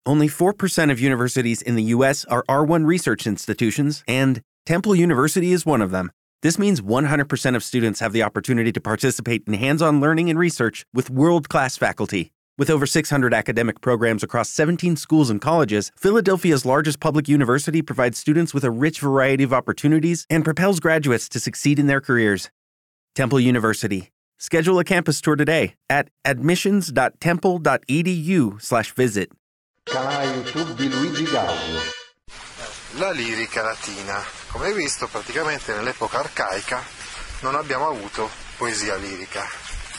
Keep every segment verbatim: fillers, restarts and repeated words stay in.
Only four percent of universities in the U S are R one research institutions, and Temple University is one of them. This means one hundred percent of students have the opportunity to participate in hands-on learning and research with world-class faculty. With over six hundred academic programs across seventeen schools and colleges, Philadelphia's largest public university provides students with a rich variety of opportunities and propels graduates to succeed in their careers. Temple University. Schedule a campus tour today at admissions dot temple dot e d u slash visit. Canale YouTube di Luigi Gaudio. La lirica latina. Come hai visto, praticamente nell'epoca arcaica non abbiamo avuto poesia lirica.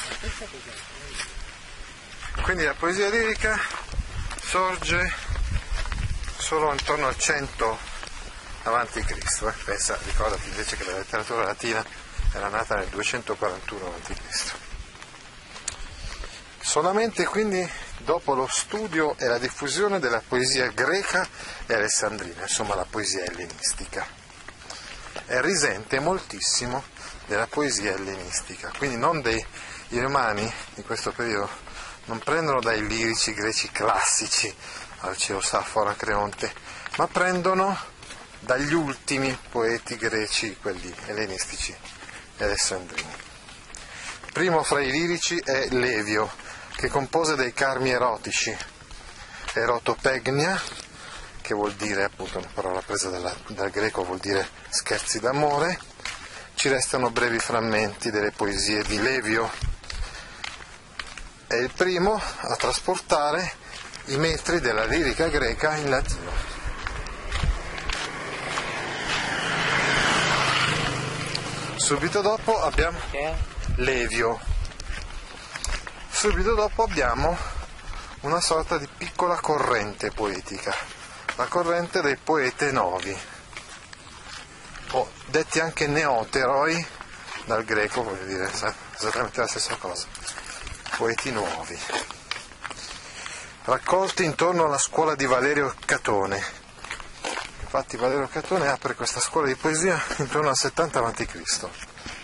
Quindi la poesia lirica sorge solo intorno al cento avanti Cristo. Eh? Pensa, ricordati invece che la letteratura latina era nata nel duecentoquarantuno avanti Cristo. Solamente quindi dopo lo studio e la diffusione della poesia greca e alessandrina, insomma la poesia ellenistica. E risente moltissimo della poesia ellenistica, quindi non dei i romani di questo periodo non prendono dai lirici greci classici, Alceo, Saffo, Anacreonte, ma prendono dagli ultimi poeti greci, quelli ellenistici e alessandrini. Primo fra i lirici è Levio, che compose dei carmi erotici, erotopegnia, che vuol dire, appunto, una parola presa dalla, dal greco, vuol dire scherzi d'amore. Ci restano brevi frammenti delle poesie di Levio. È il primo a trasportare i metri della lirica greca in latino. Subito dopo abbiamo Levio. Subito dopo abbiamo una sorta di piccola corrente poetica, la corrente dei poete novi, o detti anche neoteroi dal greco, voglio dire esattamente la stessa cosa, poeti nuovi, raccolti intorno alla scuola di Valerio Catone. Infatti Valerio Catone apre questa scuola di poesia intorno al settanta avanti Cristo.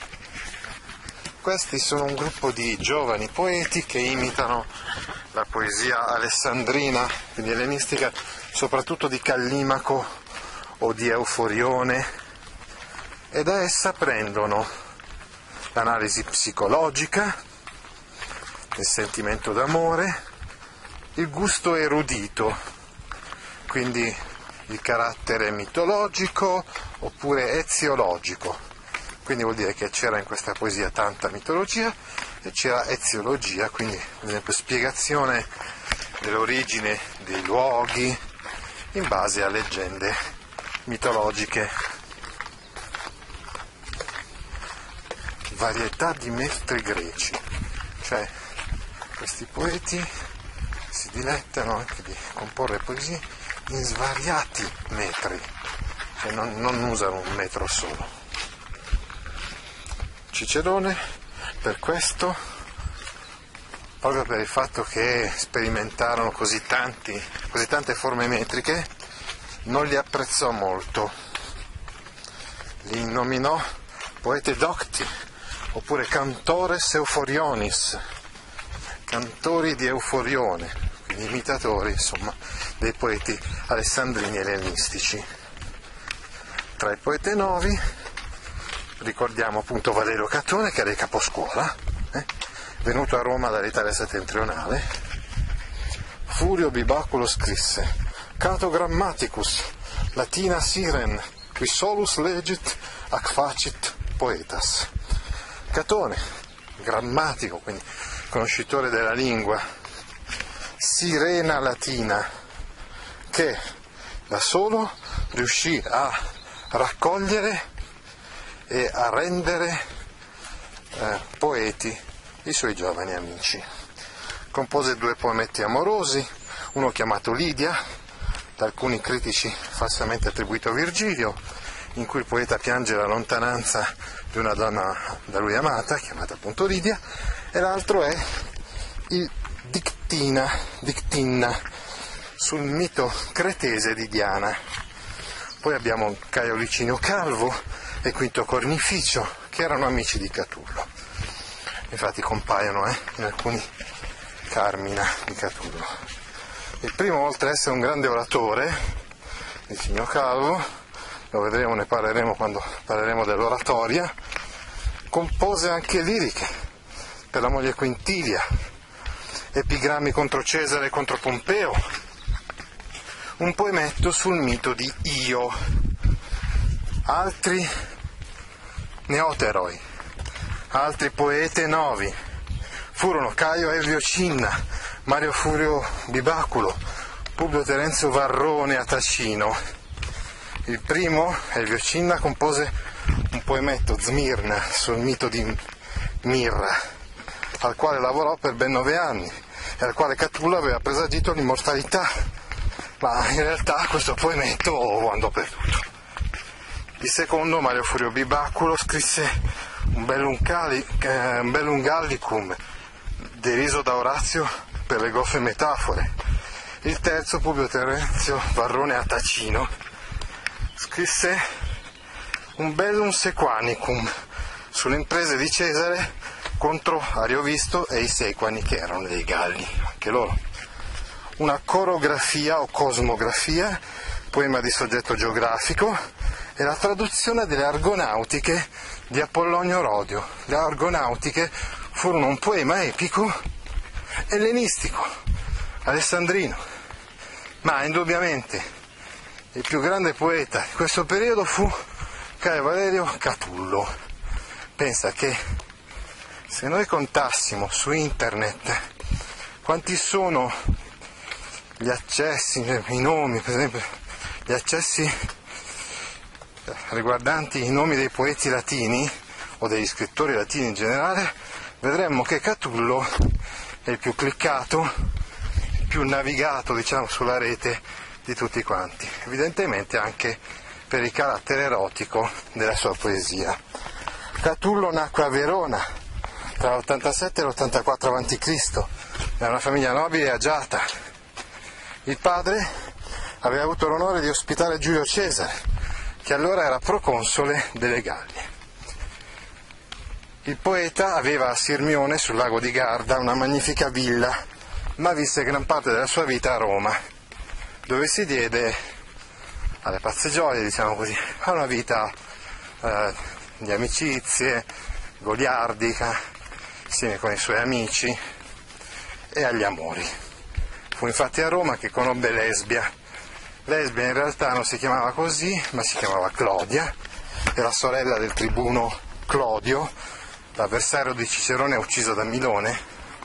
Questi sono un gruppo di giovani poeti che imitano la poesia alessandrina, quindi ellenistica, soprattutto di Callimaco o di Euforione, e da essa prendono l'analisi psicologica, il sentimento d'amore, il gusto erudito, quindi il carattere mitologico oppure eziologico. Quindi vuol dire che c'era in questa poesia tanta mitologia e c'era eziologia, quindi ad esempio spiegazione dell'origine dei luoghi in base a leggende mitologiche. Varietà di metri greci, cioè questi poeti si dilettano anche di comporre poesie in svariati metri, cioè non, non usano un metro solo. Cicerone, per questo, proprio per il fatto che sperimentarono così tanti, così tante forme metriche, non li apprezzò molto. Li nominò poete docti, oppure cantores euforionis, cantori di Euforione, quindi imitatori, insomma, dei poeti alessandrini e ellenistici. Tra i poeti novi ricordiamo appunto Valerio Catone, che era il caposcuola, eh, venuto a Roma dall'Italia settentrionale. Furio Bibaculo scrisse: Cato Grammaticus, Latina siren, qui solus legit, ac facit poetas. Catone, grammatico, quindi conoscitore della lingua, sirena latina, che da solo riuscì a raccogliere e a rendere eh, poeti i suoi giovani amici. Compose due poemetti amorosi, uno chiamato Lidia, da alcuni critici falsamente attribuito a Virgilio, in cui il poeta piange la lontananza di una donna da lui amata, chiamata appunto Lidia, e l'altro è il Dictina, Dictinna, sul mito cretese di Diana. Poi abbiamo Caio Licinio Calvo e Quinto Cornificio, che erano amici di Catullo. Infatti compaiono eh, in alcuni Carmina di Catullo. Il primo, oltre ad essere un grande oratore, il signor Calvo, lo vedremo, ne parleremo quando parleremo dell'oratoria, compose anche liriche per la moglie Quintilia, epigrammi contro Cesare e contro Pompeo, un poemetto sul mito di Io, altri neoteroi, altri poete novi furono Caio Elvio Cinna, Mario Furio Bibaculo, Publio Terenzio Varrone a Tacino. Il primo, Elvio Cinna, compose un poemetto, Smirna, sul mito di Mirra, al quale lavorò per ben nove anni e al quale Catullo aveva presagito l'immortalità, ma in realtà questo poemetto andò perduto. Il secondo, Mario Furio Bibaculo, scrisse un Bellum, Cali, eh, un Bellum Gallicum, deriso da Orazio per le goffe metafore. Il terzo, Publio Terenzio Varrone a Tacino, scrisse un Bellum Sequanicum sulle imprese di Cesare contro Ariovisto e i Sequani, che erano dei Galli, anche loro. Una corografia o cosmografia, poema di soggetto geografico, e la traduzione delle Argonautiche di Apollonio Rodio. Le Argonautiche furono un poema epico ellenistico, alessandrino, ma indubbiamente il più grande poeta di questo periodo fu Caio Valerio Catullo. Pensa che se noi contassimo su internet quanti sono gli accessi, i nomi, per esempio gli accessi riguardanti i nomi dei poeti latini o degli scrittori latini in generale, vedremmo che Catullo è il più cliccato, il più navigato, diciamo, sulla rete di tutti quanti, evidentemente anche per il carattere erotico della sua poesia. Catullo nacque a Verona tra l'ottantasette e l'ottantaquattro avanti Cristo, da una famiglia nobile agiata. Il padre aveva avuto l'onore di ospitare Giulio Cesare, che allora era proconsole delle Gallie. Il poeta aveva a Sirmione, sul lago di Garda, una magnifica villa, ma visse gran parte della sua vita a Roma, dove si diede alle pazze gioie, diciamo così, a una vita eh, di amicizie, goliardica, insieme con i suoi amici e agli amori. Fu infatti a Roma che conobbe Lesbia. Lesbia in realtà non si chiamava così, ma si chiamava Clodia, era sorella del tribuno Clodio, l'avversario di Cicerone ucciso da Milone,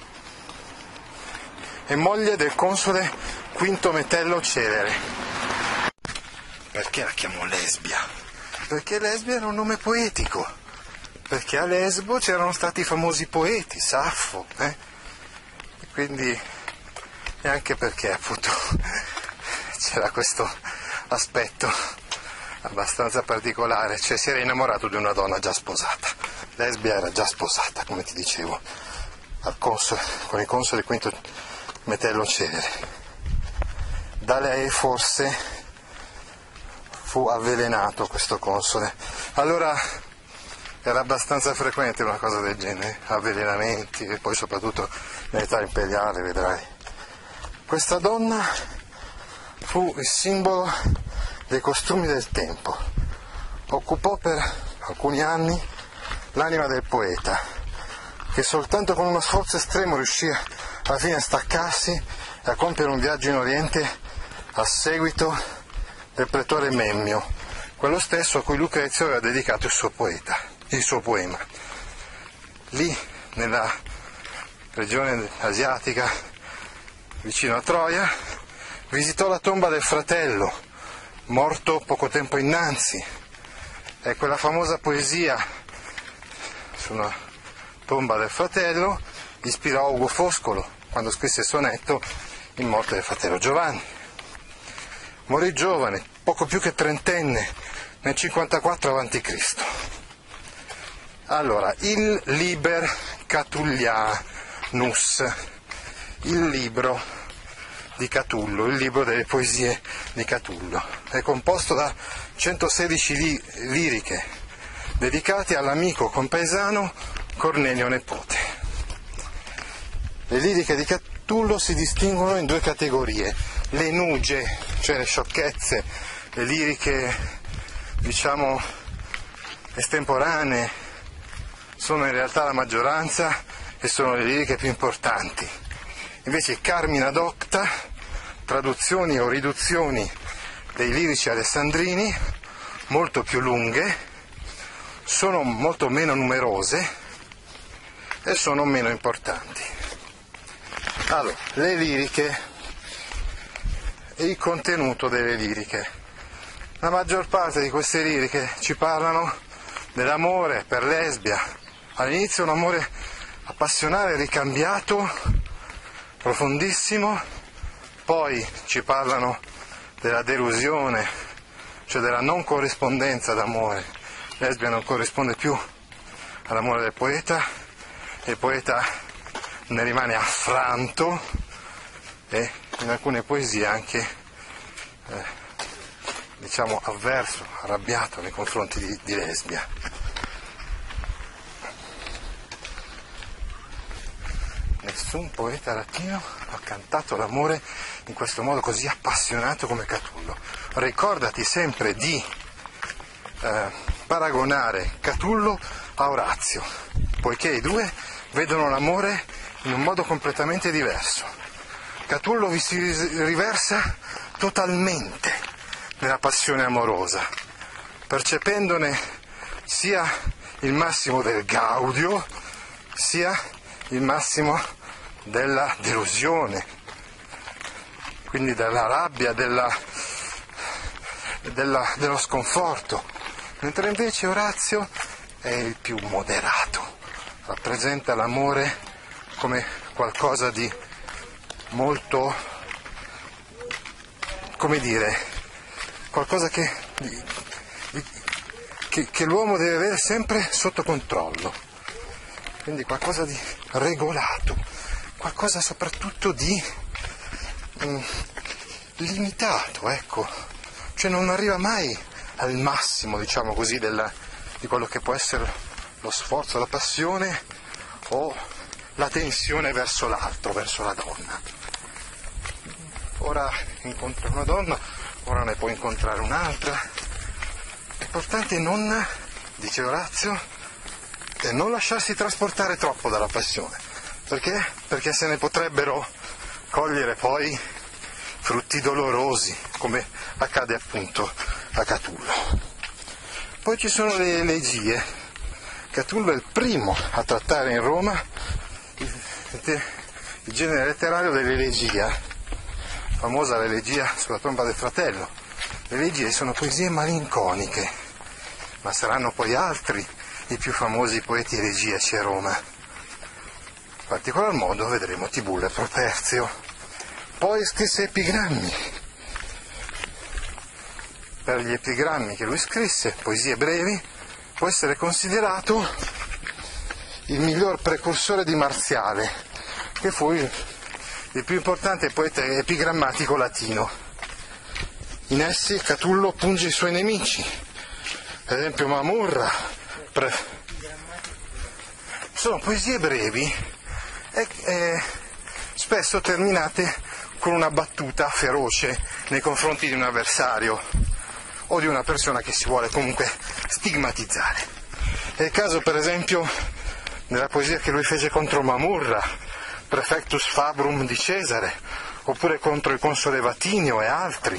e moglie del console Quinto Metello Celere. Perché la chiamò Lesbia? Perché Lesbia era un nome poetico, perché a Lesbo c'erano stati i famosi poeti, Saffo, eh? E quindi, e anche perché appunto c'era questo aspetto abbastanza particolare, cioè si era innamorato di una donna già sposata. Lesbia era già sposata, come ti dicevo, al console, con il console Quinto Metello Celere. Da lei forse fu avvelenato questo console. Allora era abbastanza frequente una cosa del genere, avvelenamenti, e poi soprattutto nell'età imperiale, vedrai. Questa donna fu il simbolo dei costumi del tempo, occupò per alcuni anni l'anima del poeta, che soltanto con uno sforzo estremo riuscì alla fine a staccarsi e a compiere un viaggio in Oriente a seguito del pretore Memmio, quello stesso a cui Lucrezio aveva dedicato il suo poeta, il suo poema. Lì, nella regione asiatica, vicino a Troia, visitò la tomba del fratello, morto poco tempo innanzi, e quella famosa poesia sulla tomba del fratello ispirò Ugo Foscolo quando scrisse il sonetto In morte del fratello Giovanni. Morì giovane, poco più che trentenne, nel cinquantaquattro avanti Cristo. Allora, il Liber Catullianus, il libro di Catullo, il libro delle poesie di Catullo, è composto da centosedici li- liriche dedicate all'amico compaesano Cornelio Nepote. Le liriche di, Cat- Catullo si distinguono in due categorie: le nuge, cioè le sciocchezze, le liriche, diciamo, estemporanee, sono in realtà la maggioranza e sono le liriche più importanti. Invece Carmina Docta, traduzioni o riduzioni dei lirici alessandrini, molto più lunghe, sono molto meno numerose e sono meno importanti. Allora, le liriche e il contenuto delle liriche. La maggior parte di queste liriche ci parlano dell'amore per Lesbia. All'inizio un amore appassionato, ricambiato, profondissimo, poi ci parlano della delusione, cioè della non corrispondenza d'amore. Lesbia non corrisponde più all'amore del poeta, il poeta ne rimane affranto e in alcune poesie anche eh, diciamo avverso, arrabbiato nei confronti di, di Lesbia. Nessun poeta latino ha cantato l'amore in questo modo così appassionato come Catullo. Ricordati sempre di eh, paragonare Catullo a Orazio, poiché i due vedono l'amore in un modo completamente diverso. Catullo vi si riversa totalmente nella passione amorosa, percependone sia il massimo del gaudio, sia il massimo della delusione, quindi della rabbia, della, della, dello sconforto, mentre invece Orazio è il più moderato, rappresenta l'amore come qualcosa di molto, come dire, qualcosa che, di, di, che, che l'uomo deve avere sempre sotto controllo, quindi qualcosa di regolato, qualcosa soprattutto di mm, limitato, ecco, cioè non arriva mai al massimo, diciamo così, della, di quello che può essere lo sforzo, la passione o la tensione verso l'altro, verso la donna. Ora incontra una donna, ora ne può incontrare un'altra. L'importante è non, dice Orazio, è non lasciarsi trasportare troppo dalla passione. Perché? Perché se ne potrebbero cogliere poi frutti dolorosi, come accade appunto a Catullo. Poi ci sono le elegie. Catullo è il primo a trattare in Roma il, il genere letterario dell'elegia, famosa l'elegia sulla tomba del fratello. Le elegie sono poesie malinconiche, ma saranno poi altri i più famosi poeti elegiaci a Roma. In particolar modo vedremo Tibulla e Properzio. Poi scrisse epigrammi. Per gli epigrammi che lui scrisse, poesie brevi, può essere considerato il miglior precursore di Marziale, che fu il, il più importante poeta epigrammatico latino. In essi Catullo punge i suoi nemici, per esempio Mamurra. Pre... Sono poesie brevi e, e spesso terminate con una battuta feroce nei confronti di un avversario o di una persona che si vuole comunque stigmatizzare. È il caso per esempio della poesia che lui fece contro Mamurra, Prefectus Fabrum di Cesare, oppure contro il console Vatinio e altri,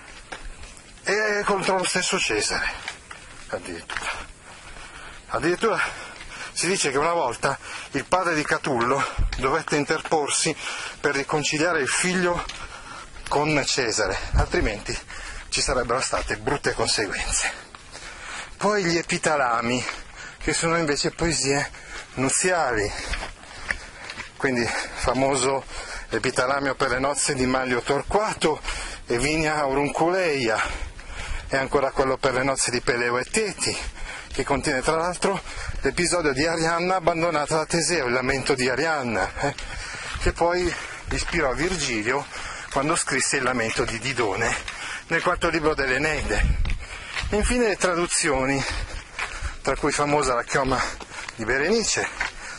e contro lo stesso Cesare addirittura. Addirittura si dice che una volta il padre di Catullo dovette interporsi per riconciliare il figlio con Cesare, altrimenti ci sarebbero state brutte conseguenze. Poi gli epitalami, che sono invece poesie nuziali, quindi famoso epitalamio per le nozze di Manlio Torquato e Vinia Aurunculeia, e ancora quello per le nozze di Peleo e Teti, che contiene tra l'altro l'episodio di Arianna abbandonata da Teseo, il lamento di Arianna, eh, che poi ispirò Virgilio quando scrisse il lamento di Didone nel quarto libro dell'Eneide. Infine le traduzioni, tra cui famosa la chioma di Berenice,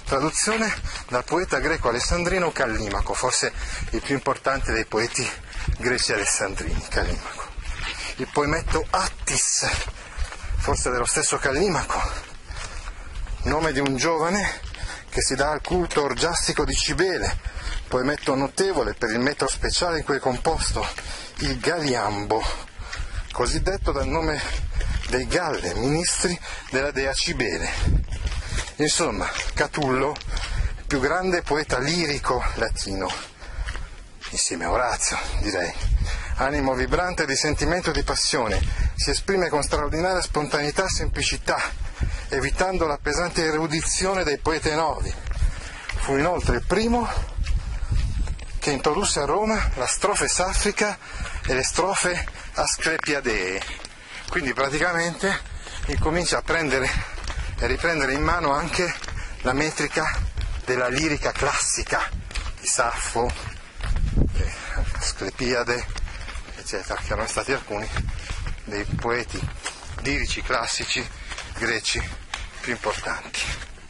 traduzione dal poeta greco alessandrino Callimaco, forse il più importante dei poeti greci alessandrini, Callimaco. Il poemetto Attis, forse dello stesso Callimaco, nome di un giovane che si dà al culto orgiastico di Cibele, poemetto notevole per il metro speciale in cui è composto, il Galiambo, cosiddetto dal nome dei Galle, ministri della dea Cibele. Insomma, Catullo, il più grande poeta lirico latino, insieme a Orazio, direi. Animo vibrante di sentimento e di passione, si esprime con straordinaria spontaneità e semplicità, evitando la pesante erudizione dei poeti novi. Fu inoltre il primo che introdusse a Roma la strofe saffica e le strofe asclepiadee. Quindi praticamente incomincia a prendere e riprendere in mano anche la metrica della lirica classica di Saffo, Asclepiade, eccetera, che erano stati alcuni dei poeti lirici classici greci più importanti.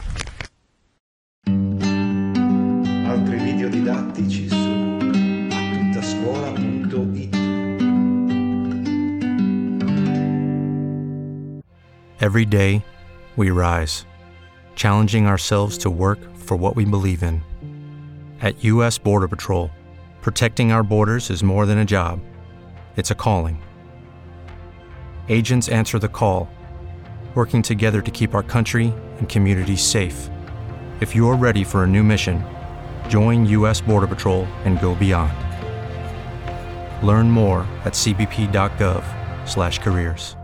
Altri video didattici su atuttascuola punto it. Every day, we rise, challenging ourselves to work for what we believe in. At U S Border Patrol, protecting our borders is more than a job, it's a calling. Agents answer the call, working together to keep our country and communities safe. If you're ready for a new mission, join U S Border Patrol and go beyond. Learn more at c b p dot gov slash careers.